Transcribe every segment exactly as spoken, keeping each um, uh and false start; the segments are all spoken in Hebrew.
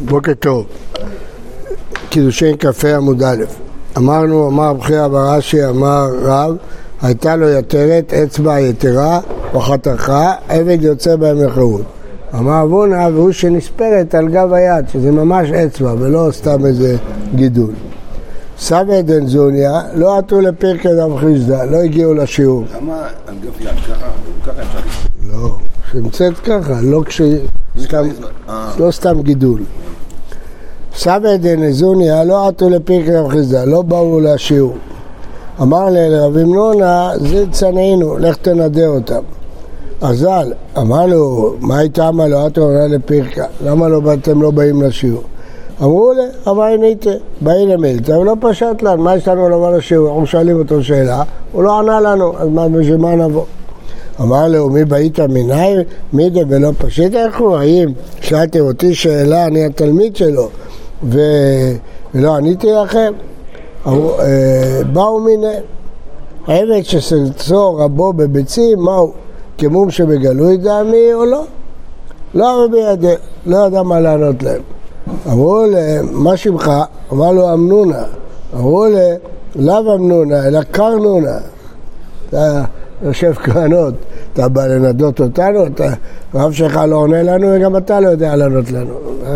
בוקר טוב. קידושין קפה עמוד א'. אמרנו, אמר בחירה ברש"י, אמר רב, הייתה לו יתרת אצבע יתרה וחתכה, עבד יוצא בהם לחירות. אמר אבונה, והוא שנספרת על גב היד, שזה ממש אצבע ולא סתם איזה גידול. סבא דן זוניה לא עטו לפרקי רב חיסדא, לא הגיעו לשיעור. למה על גב יד ככה? ככה אפשר? לא, שנמצאת ככה, לא כש... לא סתם גידול. סבא דן זוניה לא עטו לפרקי רב חיסדא, לא באו לשיעור. אמר לרב אמנונה, זה צנעינו, לך תנדה אותם. אזל, אמר לו, מה הייתה מה לא עטו לפרקה? למה לא באתם לא באים לשיעור? אמרו לי, אבל הניתה, באי למילתא, הוא לא פשט לנו, מה יש לנו לומר לשיעור? אנחנו שואלים אותו שאלה, הוא לא ענה לנו, אז מה, בשביל מה נבוא? אמר לו, מי באית מיני, מידה ולא פשט? איך הוא? האם שאלתם אותי שאלה, אני התלמיד שלו, ו... ולא עניתי לכם? אמרו, באו מיני, עבד שסלצו רבו בביצים, מהו? כמום שבגלוי דעמי או לא? לא רבי ידע, לא ידע מה לענות להם. אמרו להם, מה שמך? אמר לו אמנונה. אמרו להם, לאו אמנונה, אלא קרנונה. אתה יושב קרנות, אתה בא לנדות אותנו, אתה, רב שלך לא עונה לנו וגם אתה לא יודע לענות לנו.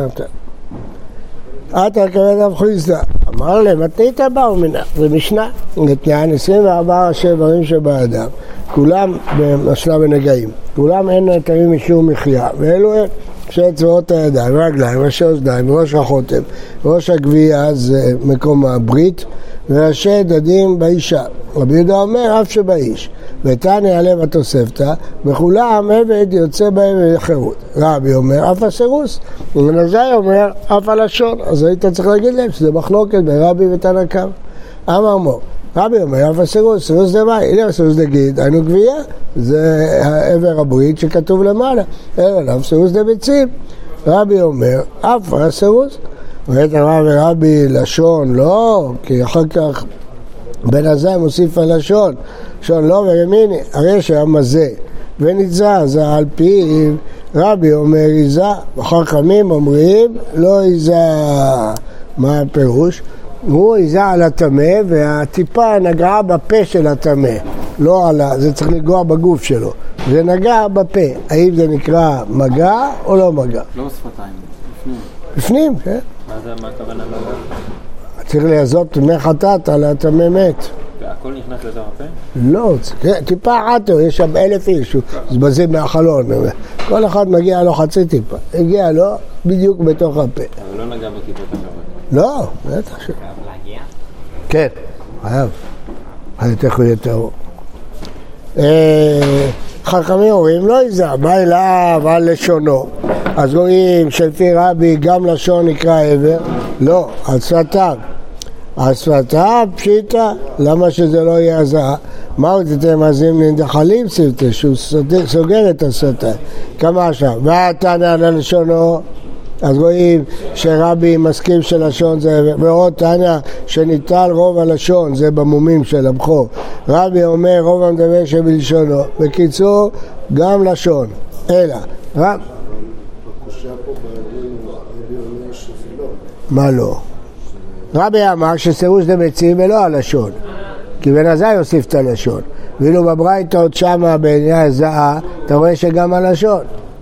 אתה כבד רב חיסדא. אמר להם, מתנית באו מנה, זה משנה. נתנן עשרים וארבעה ראשי איברים שבאדם. כולם במשנה ונגעים. כולם אין נתנים משום מחיה. ואלו הם שאצבעות הידיים, רגליים, ראשי אוזניים, ראש החותם, ראש הגבייה זה מקום הברית, וראשי דדים באישה. רבי יהודה אומר, אף שבאיש. ותניא עליהם התוספתא, בכולם עבד יוצא בהם לחירות. רבי אומר, אף הסירוס. ונזאי אומר, אף הלשון. אז היית צריך להגיד להם שזה מחלוקת ברבי ותנא קמא. אמר מור. רבי אומר, אף הסירוס, סירוס דמאי, הנה הסירוס דגיד, היינו גבייה, זה העבר הברית שכתוב למעלה, אלא סירוס דביצים. רבי אומר, אף הסירוס, ואת רבי רבי לשון, לא, כי אחר כך בן עזאי מוסיף על לשון, לשון לא וימיני, הרי שהמזה, ונצא, זה על פיו, רבי אומר, איזה, וחכמים אומרים, לא איזה, מה הפירוש? הוא איזה על הטמא והטיפה נגעה בפה של הטמא, לא על ה... זה צריך לגוע בגוף שלו, זה נגע בפה, האם זה נקרא מגע או לא מגע? לא שפתיים, בפנים. בפנים, כן. מה זה, מה הכוונה מגע? צריך לעזות מי חטאת על הטמא מת. והכל נכנס לתוך הפה? לא, טיפה אחתו, יש שם אלף איש, אז בזה מהחלון, כל אחד מגיע לו חצי טיפה, הגיע לו בדיוק בתוך הפה. אבל לא נגע בכיפות אחרות. לא, בטח ש... חייב להגיע? כן, חייב. חייב תכף יותר. חכמים אומרים, לא איזה, בא אליו על לשונו. אז רואים שלפי רבי גם לשון נקרא עבר? לא, על שפתיו. על שפתיו פשיטה, למה שזה לא יהיה הזעה? מהו תתם עזים נדחלים סרטה, שהוא סוגר את השפתיים. כמה עכשיו? והתנא על לשונו, אז רואים שרבי מסכים שלשון זה, ועוד תניא שניטל רוב הלשון, זה במומים של הבכור. רבי אומר רוב המדבר שבלשונו. בקיצור, גם לשון. אלא, רב... מה לא? רבי אמר שסירוס דביצים ולא הלשון, כי בן עזאי הוסיף את הלשון. ואילו בברייתא עוד שמה בעיני הזעה, אתה רואה שגם הלשון.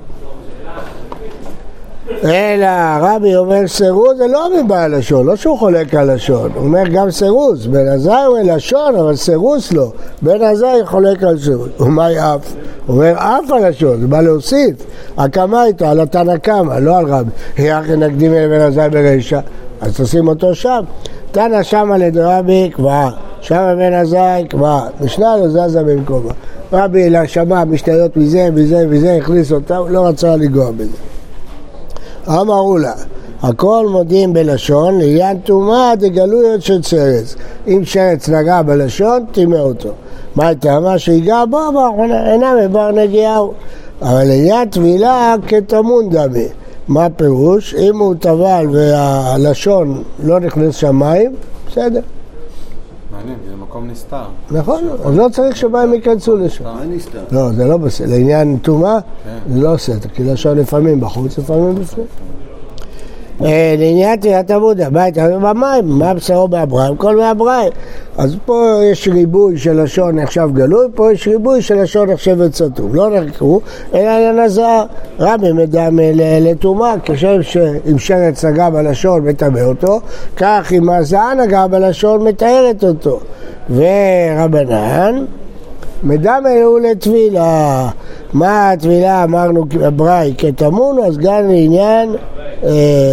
אלא רבי אומר סירוס זה לא מבעל לשון, לא שהוא חולק על לשון, הוא אומר גם סירוס, בן עזאי הוא לשון אבל סירוס לא, בן עזאי חולק על סירוס, ומאי אף? הוא אומר אף על לשון, זה בא להוסיף, הקמה איתה על התנא קמא, לא על רבי, היחד נקדים אל בן עזאי ברישא, אז תשים אותו שם, תנא שמה לדרבי קבעה, שמה בן עזאי קבעה, משנה לא זזה במקומה, רבי שמע משתיות מזה וזה וזה, הכניס אותה, הוא לא רצה לגוע בזה. אמרו לה, הכל מודיעים בלשון, לעניין טומאה דגלויות של שרץ. אם שרץ נגע בלשון, טימא אותו. מה הייתה? מה שיגע בו, אינה מבר נגיעהו. אבל לעניין טבילה כתמון דמי. מה פירוש? אם הוא טבל והלשון לא נכנס שמים, בסדר. מעניין, זה מקום נסתר. נכון, אז לא צריך שמים ייכנסו לשם. מה נסתר? לא, זה לא בסדר. לעניין טומאה, זה לא בסדר, כי לשון לפעמים בחוץ, לפעמים בפנים. לעניין טבילת עמודה, בית במים, מה בשרו באברהם? כל מהבריים. אז פה יש ריבוי של לשון נחשב גלוי, פה יש ריבוי של לשון נחשבת סתום. לא נחקרו, אלא לנזר. רבי מדמה לטומאה, כשם שאם שרץ נגע בלשון מטמא אותו, כך אם הזעה נגע בלשון מתארת אותו. ורבנן, מדמה הוא לטבילה. מה הטבילה? אמרנו בבראי כתמון, אז גם לעניין אה,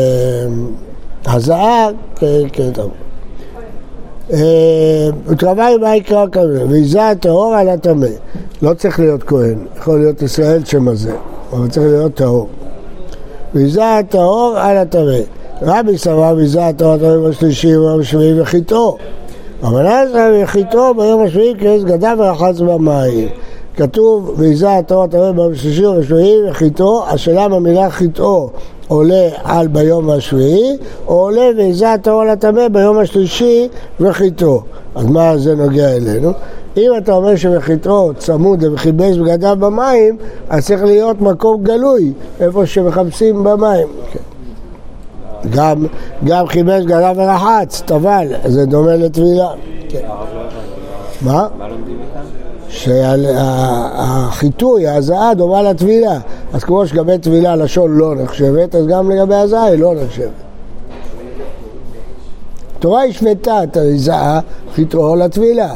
הזעה כתמון. ותרווי מה יקרא כזה, ויזה הטהור על הטמא. לא צריך להיות כהן, יכול להיות ישראל שמזה, אבל צריך להיות טהור. ויזה הטהור על הטמא. רבי סבר ויזה הטהור ביום השלישי וביום השביעי וחיטאו. אבל אז רבי חיטאו ביום השביעי כנס גדה ורחץ במים. כתוב ויזה הטהור הטמא ביום השלישי וביום השביעי וחיטאו. השאלה אם המילה חיטאו עולה על ביום השביעי, או עולה ויזה הטהור על הטמא ביום השלישי וחיטאו. אז מה זה נוגע אלינו? אם אתה אומר שבחיטאו צמוד וכיבס בגדיו במים, אז צריך להיות מקום גלוי, איפה שמחפשים במים. כן. גם, גם חיבס בגדיו ורחץ, טבל, זה דומה לטבילה. כן. מה? מה לומדים איתם? שהחיטוי, ההזעה דומה לטבילה. אז כמו שגבי טבילה לשון לא נחשבת, אז גם לגבי ההזעה היא לא נחשבת. תורה השוותה את ההזעה חיטאו לטבילה.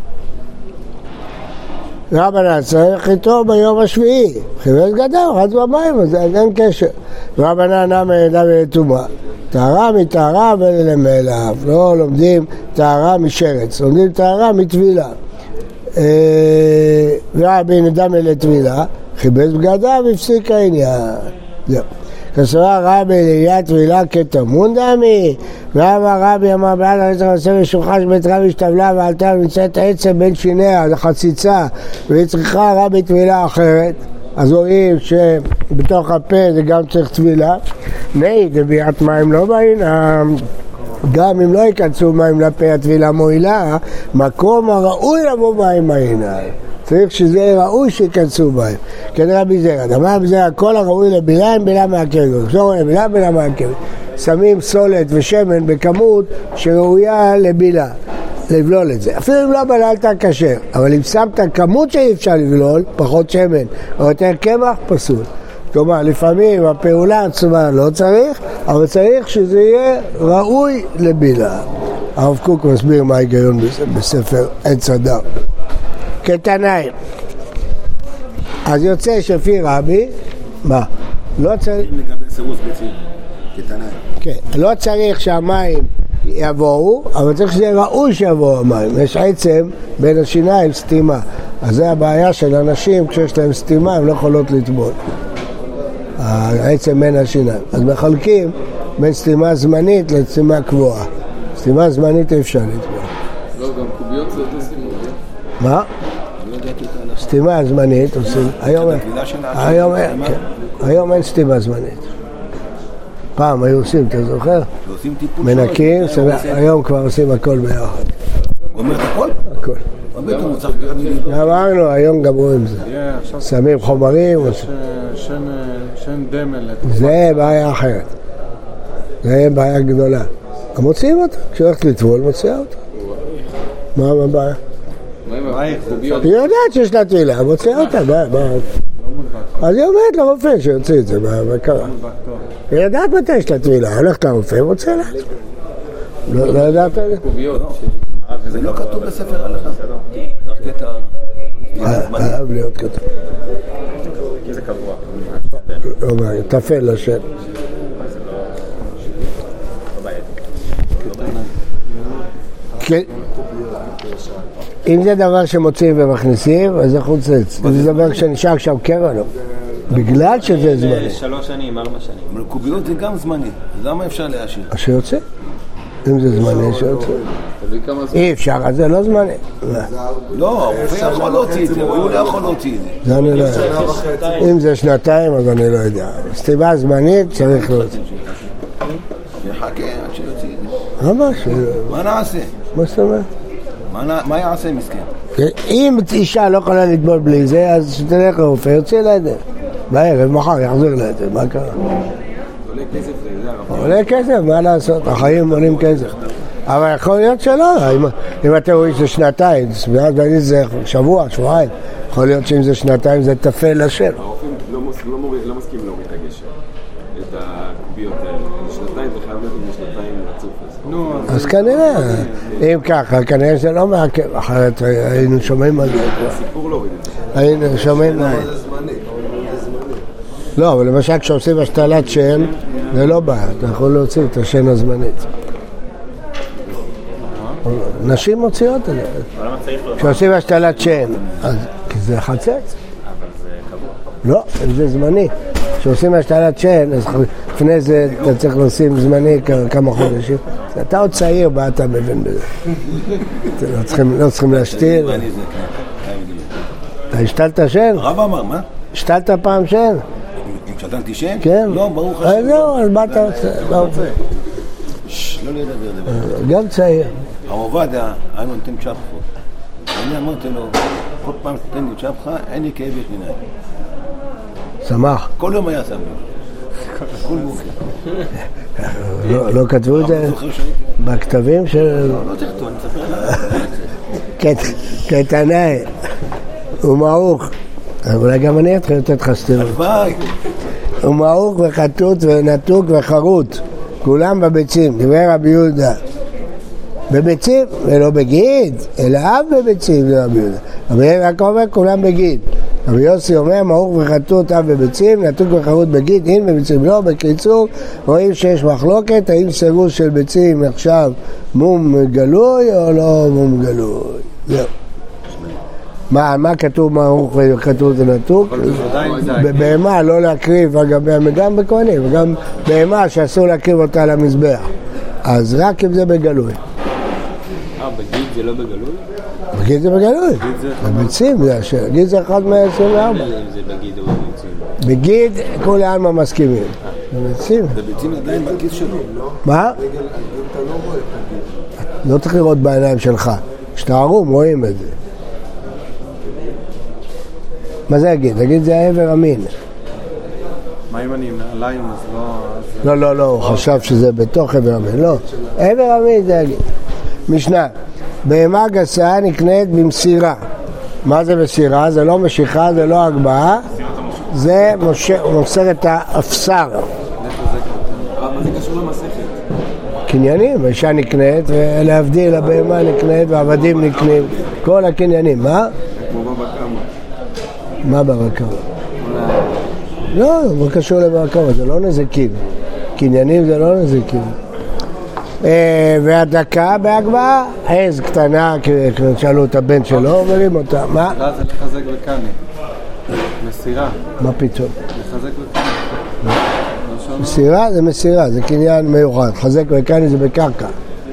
רבנן צריך חיטאו ביום השביעי, חיבס גדיו, רץ במים, אז אין קשר. רבנן נמי נמי לטומאה. טהרה מטהרה ולמלאף. לא לומדים טהרה משרץ, לומדים טהרה מטבילה. רבי נדמה לטבילה, חיבס בגדיו והפסיק העניין. זהו. כסורה רבי לעניין טבילה כתמון דמי, ואמר רבי אמר בעל הרצח עושה ושוחש בית רבי שטבלה ועלתה ונמצאת עצם בין שיניה, חציצה, והיא צריכה רבי טבילה אחרת. אז רואים שבתוך הפה זה גם צריך טבילה. נהי, דביעת מים לא בעינם. גם אם לא ייכנסו מים לפה הטבילה מועילה, מקום הראוי לבוא מים בעיניים. צריך שזה יהיה ראוי שיכנסו מים. כן רבי זרע, אמר רבי זרע, כל הראוי לבילה הם בילה מעכבת. כשאומר לבילה בילה מעכבת. שמים סולת ושמן בכמות שראויה לבילה. לבלול את זה. אפילו אם לא בללת כשר, אבל אם שמת כמות שאי אפשר לבלול, פחות שמן או יותר קמח, פסול. כלומר, לפעמים הפעולה עצמה לא צריך, אבל צריך שזה יהיה ראוי לבילה. הרב קוק מסביר מה ההיגיון בספר עץ הדר. כתנאים. אז יוצא שפי רבי, מה? לא צריך... לגבי סירוס ביצים, כתנאים. כן, לא צריך שהמים יבואו, אבל צריך שזה ראוי שיבואו המים. יש עצם בין השיניים סתימה. אז זה הבעיה של אנשים, כשיש להם סתימה, הם לא יכולות לטבול. העצם בין השיניים. אז מחלקים בין סתימה זמנית לסתימה קבועה. סתימה זמנית אפשר לטבול. לא, גם קוביות זה אותו סימון. מה? סתימה זמנית עושים. היום אין סתימה זמנית. פעם היו עושים, אתה זוכר? מנקים, היום כבר עושים הכל ביחד. הוא אומר את הכל? הכל. אמרנו, היום גמרו עם זה. שמים חומרים. שן דמל. זה בעיה אחרת. זה בעיה גדולה. מוציאים אותה. כשהולכת לטבול, מוציאה אותה. מה הבעיה? היא יודעת שיש לה טבילה, מוציאה אותה. אז היא אומרת לרופא שיוציא את זה. מה קרה? היא יודעת מתי יש לה טבילה. הולכת לרופא, מוציאה לה. לא יודעת את זה? זה לא כתוב בספר הלכה. רק קטע... חייב להיות כתוב. כי זה קבוע. תפל לשם. אם זה דבר שמוצאים ומכניסים, אז זה חוצץ. אם זה דבר שנשאר שם קרע לו. בגלל שזה זמני. שלוש שנים, ארבע שנים. אבל קוביות זה גם זמני. למה אפשר להשאיר? אז שיוצא. אם זה זמני, שיוצא. אי אפשר, אז זה לא זמני. לא, הרופא יכול להוציא את זה, הוא לא יכול להוציא את זה. זה אני לא יודע. אם זה שנתיים, אז אני לא יודע. סתימה זמנית צריך להוציא. יחכה עד שיוציא את זה. ממש. מה נעשה? מה זאת אומרת? מה יעשה מסכן? אם אישה לא יכולה לטבול בלי זה, אז שתלך לרופא, יוצא לה את זה. בערב, מחר יחזור לה את זה, מה קרה? עולה כסף, זה הרב עולה כסף, מה לעשות? החיים עולים כסף. אבל יכול להיות שלא, אם, אם אתם רואים שזה שנתיים, סבירת זמנית זה שבוע, שבועיים, יכול להיות שאם זה שנתיים זה תפל לשם. הרופאים לא, לא, לא, לא מסכים להוריד את הגשר, את הקוביות האלה. שנתיים זה חייב להיות עם שנתיים רצוף. נו, אז כנראה, אם ככה, כנראה זה לא מעכב, אחרת היינו שומעים על זה. הסיפור לא הוריד את זה. היינו שומעים על זה. לא, אבל למשל כשעושים השתלת שן, זה לא בעיה, אתה יכול להוציא את השן הזמנית. נשים מוציאות את זה. כשעושים השתלת שן, אז זה חצץ. אבל זה קבוע. לא, זה זמני. כשעושים השתלת שן, אז לפני זה אתה צריך לשים זמני כמה חודשים. אתה עוד צעיר, מה אתה מבין בזה? לא צריכים להשתיל. אתה השתלת שן? הרב אמר, מה? השתלת פעם שן? שתלתי שן? כן. לא, ברוך השם. אז לא, אז מה אתה רוצה? לא לדבר דבר. גם צעיר. העובדה, אני נותן צ'פחות. אני אמרתי לו, כל פעם שתתן לי צ'פחה, אין לי כאב בשיניים. שמח. כל יום היה שמח. כל בוקר. לא כתבו את זה בכתבים של... לא צריך טוב, אני מספר לך. קטנאי ומעוך. אולי גם אני אתחיל לתת לך סתירות. הלוואי. הוא מעוך וחטוט ונתוק וחרוט, כולם בביצים, דבר רבי יהודה. בביצים, ולא בגיד, אלא אף בביצים, זה רבי יהודה. רבי יעקב אומר, כולם בגיד. רבי יוסי אומר, מעוך וחטוט אף בביצים, נתוק וחרוט בגיד, אין בביצים. לא, בקיצור, רואים שיש מחלוקת, האם סירוס של ביצים עכשיו מום גלוי או לא מום גלוי. זהו. מה, מה כתוב מעוך וחטוט ונתוק? בהמה לא להקריב על גבי המגם בכהנים, וגם בהמה שאסור להקריב אותה למזבח. אז רק אם זה בגלוי. אה, בגיד זה לא בגלוי? בגיד זה בגלוי. בביצים זה אשר. בגיד זה אחד מ-עשרים וארבע. אם זה בגיד או בביצים. בגיד כולי עלמא מסכימים. בביצים. בביצים עדיין בכיס שלו. מה? לא צריך לראות בעיניים שלך. כשאתה ערום רואים את זה. מה זה יגיד? תגיד זה העבר המין. מה אם אני עם נעליים אז לא... לא, לא, לא, הוא חשב שזה בתוך עבר המין, לא. עבר המין זה יגיד. משנה, בהמה גסה נקנית במסירה. מה זה מסירה? זה לא משיכה, זה לא הגבהה, זה מוסר את האפסר. מה זה קשור למסכת? קניינים, האישה נקנית, ולהבדיל הבהמה נקנית והעבדים נקנים, כל הקניינים, מה? כמו בבקמה. מה בבקמה? לא, זה קשור לבקמה, זה לא נזקים. קניינים זה לא נזקים. והדקה בהגבהה, עז קטנה, שאלו את הבן שלו, אומרים אותה, מה? לא, זה לחזק וקני. מסירה. מה פתאום? לחזק וקני. מסירה זה מסירה, זה קניין מיוחד. חזק וקני זה בקרקע.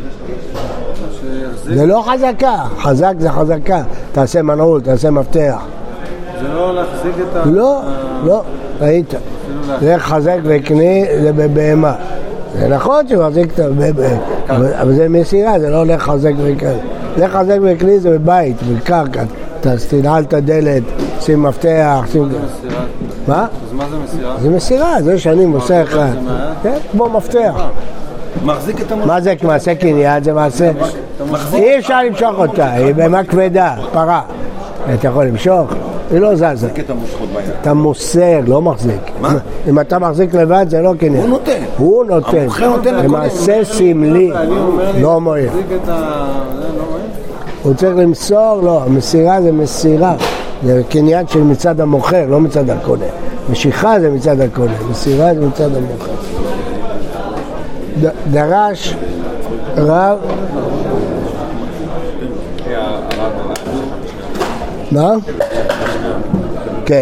זה לא חזקה, חזק זה חזקה. תעשה מנעול, תעשה מפתח. זה לא להחזיק את ה... לא, לא, ראית. זה חזק וקני, זה בבהמה. זה נכון שמחזיק את הבהמה, אבל זה מסירה, זה לא הולך חזק וקני. זה חזק וקני זה בבית, בקרקע. תנעל את הדלת, שים מפתח, שים... מה? אז מה זה מסירה? זה מסירה, זה שאני מוסר אחד. כן, כמו מפתח. מחזיק את המחזיק. מה זה מעשה קניין? זה מעשה... אי אפשר למשוך אותה, היא בהמה כבדה, פרה. אתה יכול למשוך? היא לא זזה. אתה מוסר, לא מחזיק. מה? אם אתה מחזיק לבד זה לא קניין. הוא נותן. הוא נותן. המוכר נותן. זה מעשה סמלי. לא מועיל. הוא צריך למסור, לא, המסירה זה מסירה. זה קניין של מצד המוכר, לא מצד הקונה. משיכה זה מצד הקונה, מסירה זה מצד המוכר. דרש רב... מה? כן.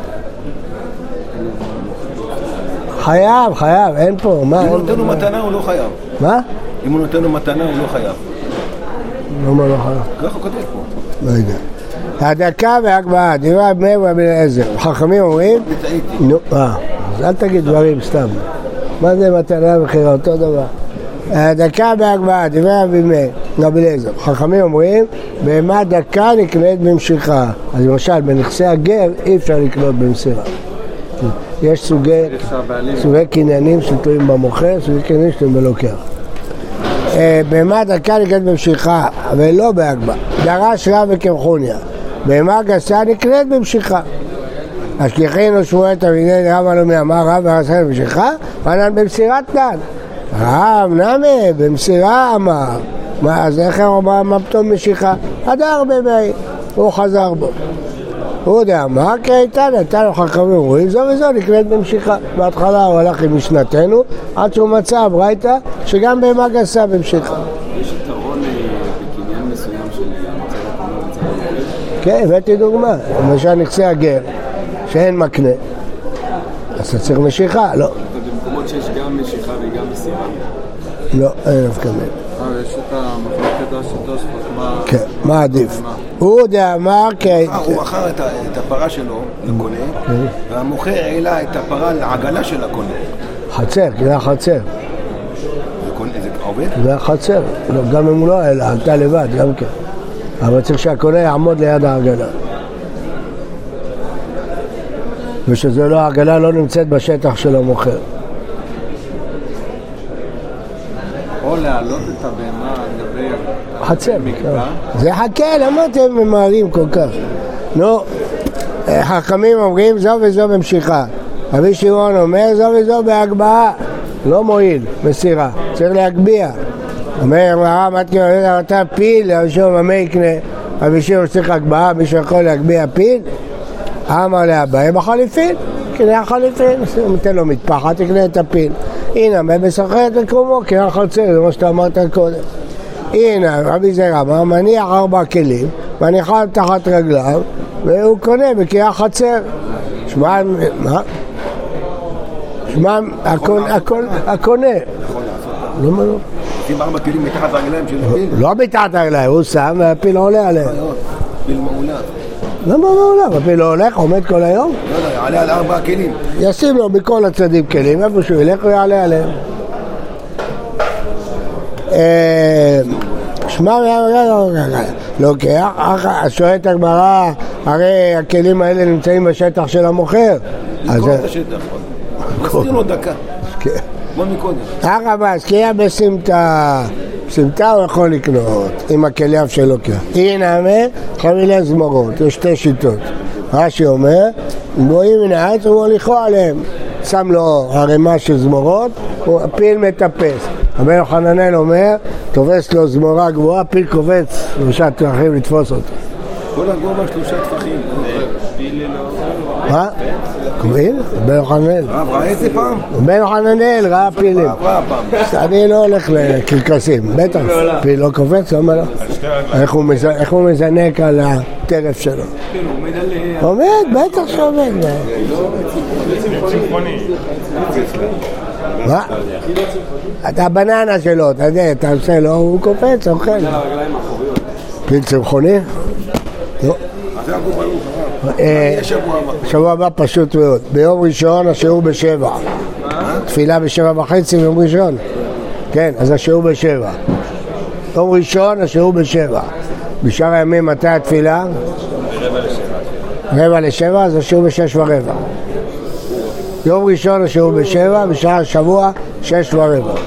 חייב, חייב, אין פה, מה? אם הוא נותן לו מתנה הוא לא חייב. מה? אם הוא נותן לו מתנה הוא לא חייב. למה לא חייב? ככה כותב פה. לא יודע. הדקה והגבהה, דברי רבי מאיר ורבי אליעזר. חכמים אומרים... נו, אה, אז אל תגיד דברים סתם. מה זה מתנה וחירה? אותו דבר. הדקה בהגבהה, דברי רבי מאיר, רבי אליעזר. חכמים אומרים, בהמה דקה נקנית במשיכה. אז למשל, בנכסי הגר אי אפשר לקנות במסירה. יש סוגי, סוגי קניינים שתלויים במוכר, סוגי קניינים שתלויים בלוקח. בהמה דקה נקראת במשיכה, ולא בהגבה. דרש רב וקמחוניה. בהמה גסה נקראת במשיכה. השליחין או שבועי תלמידי רב הלומי אמר רב ורסן במשיכה, וענן במסירת נן. רב נמי במסירה אמר. מה, אז איך אמר מה פתאום משיכה? הדר במאי, הוא חזר בו. הוא יודע מה, כי הייתה, הייתה לו חכמים רואים, זו וזו נקראת במשיכה. בהתחלה הוא הלך עם משנתנו, עד שהוא מצא הברייתא שגם בהמה גסה במשיכה. יש יתרון בקניין מסוים של מצב הקונה ומצב הקונה? כן, הבאתי דוגמה. למשל נכסי הגר, שאין מקנה. אז אתה צריך משיכה? לא. ובמקומות שיש גם משיכה וגם מסירה? לא, אין אבקנה. אה, יש את המחלקת השתות, מה... כן, מה עדיף? הוא יודע מה, כי... הוא מכר את הפרה שלו לקונה, והמוכר העלה את הפרה לעגלה של הקונה. חצר, זה החצר. זה עובד? זה החצר. גם אם הוא לא העלה, עלתה לבד, גם כן. אבל צריך שהקונה יעמוד ליד העגלה. ושזה לא, העגלה לא נמצאת בשטח של המוכר. או להעלות את הבהמה לדבר חצר, זה חכה, למה אתם ממהרים כל כך? נו, חכמים אומרים זו וזו במשיכה. רבי שמעון אומר זו וזו בהגבהה, לא מועיל, מסירה, צריך להגביע. אומר הרב, עד כאילו אתה פיל, רבי שמעון מה יקנה? רבי שמעון צריך הגבהה, מישהו יכול להגביע פיל? אמר להבא, בחליפין, קנה החליפין, נותן לו מטפחת, תקנה את הפיל. הנה, בסוחר את מקומו, קנה חצר, זה מה שאתה אמרת קודם. הנה, רבי זרע אמר, מניח ארבע כלים, מניחה תחת רגליו, והוא קונה בקריאה חצר. שמע, מה? שמע, הקונה. לא מה לא? שים ארבע כלים מתחת רגליים של הפיל? לא מתחת רגליים, הוא שם והפיל עולה עליהם. פיל מעולה. למה מעולם? הפיל לא הולך, עומד כל היום? לא, לא, יעלה על ארבע כלים. ישים לו בכל הצדדים כלים, איפה שהוא ילך הוא יעלה עליהם. שמע, לוקח, שואלת הגמרא, הרי הכלים האלה נמצאים בשטח של המוכר. לקרוא את השטח. נסתיר לו דקה. בוא מקודם. הרב, אז קריאה בסמטה. בסמטה הוא יכול לקנות עם הכליו שלוקח. הנה מה, חבילי זמורות, יש שתי שיטות. רש"י אומר, גויים מן הארץ ומוליכו עליהם. שם לו הרמה של זמורות, הפיל מטפס. רבי יוחנן אומר, תופס לו זמורה גבוהה, פיל קובץ, שלושה טפחים לתפוס אותו. כל הגובה שלושה טפחים. מה? קוראים? רבי יוחנן. רב ראה את זה פעם? רבי יוחנן ראה פילים. ראה פעם. אני לא הולך לקרקסים, בטח. פיל לא קובץ, אומר לו. איך הוא מזנק על הטרף שלו? עומד, בטח שעומד. מה? אתה בננה שלו, אתה יודע, אתה עושה לו, הוא קופץ, אוכל. פיל צמחוני? לא. שבוע הבא פשוט מאוד. ביום ראשון השיעור בשבע. תפילה בשבע וחצי ביום ראשון. כן, אז השיעור בשבע. יום ראשון השיעור בשבע. בשאר הימים מתי התפילה? רבע לשבע. רבע לשבע, אז השיעור בשש ורבע. יום ראשון השיעור בשבע, בשאר השבוע שש ורבע.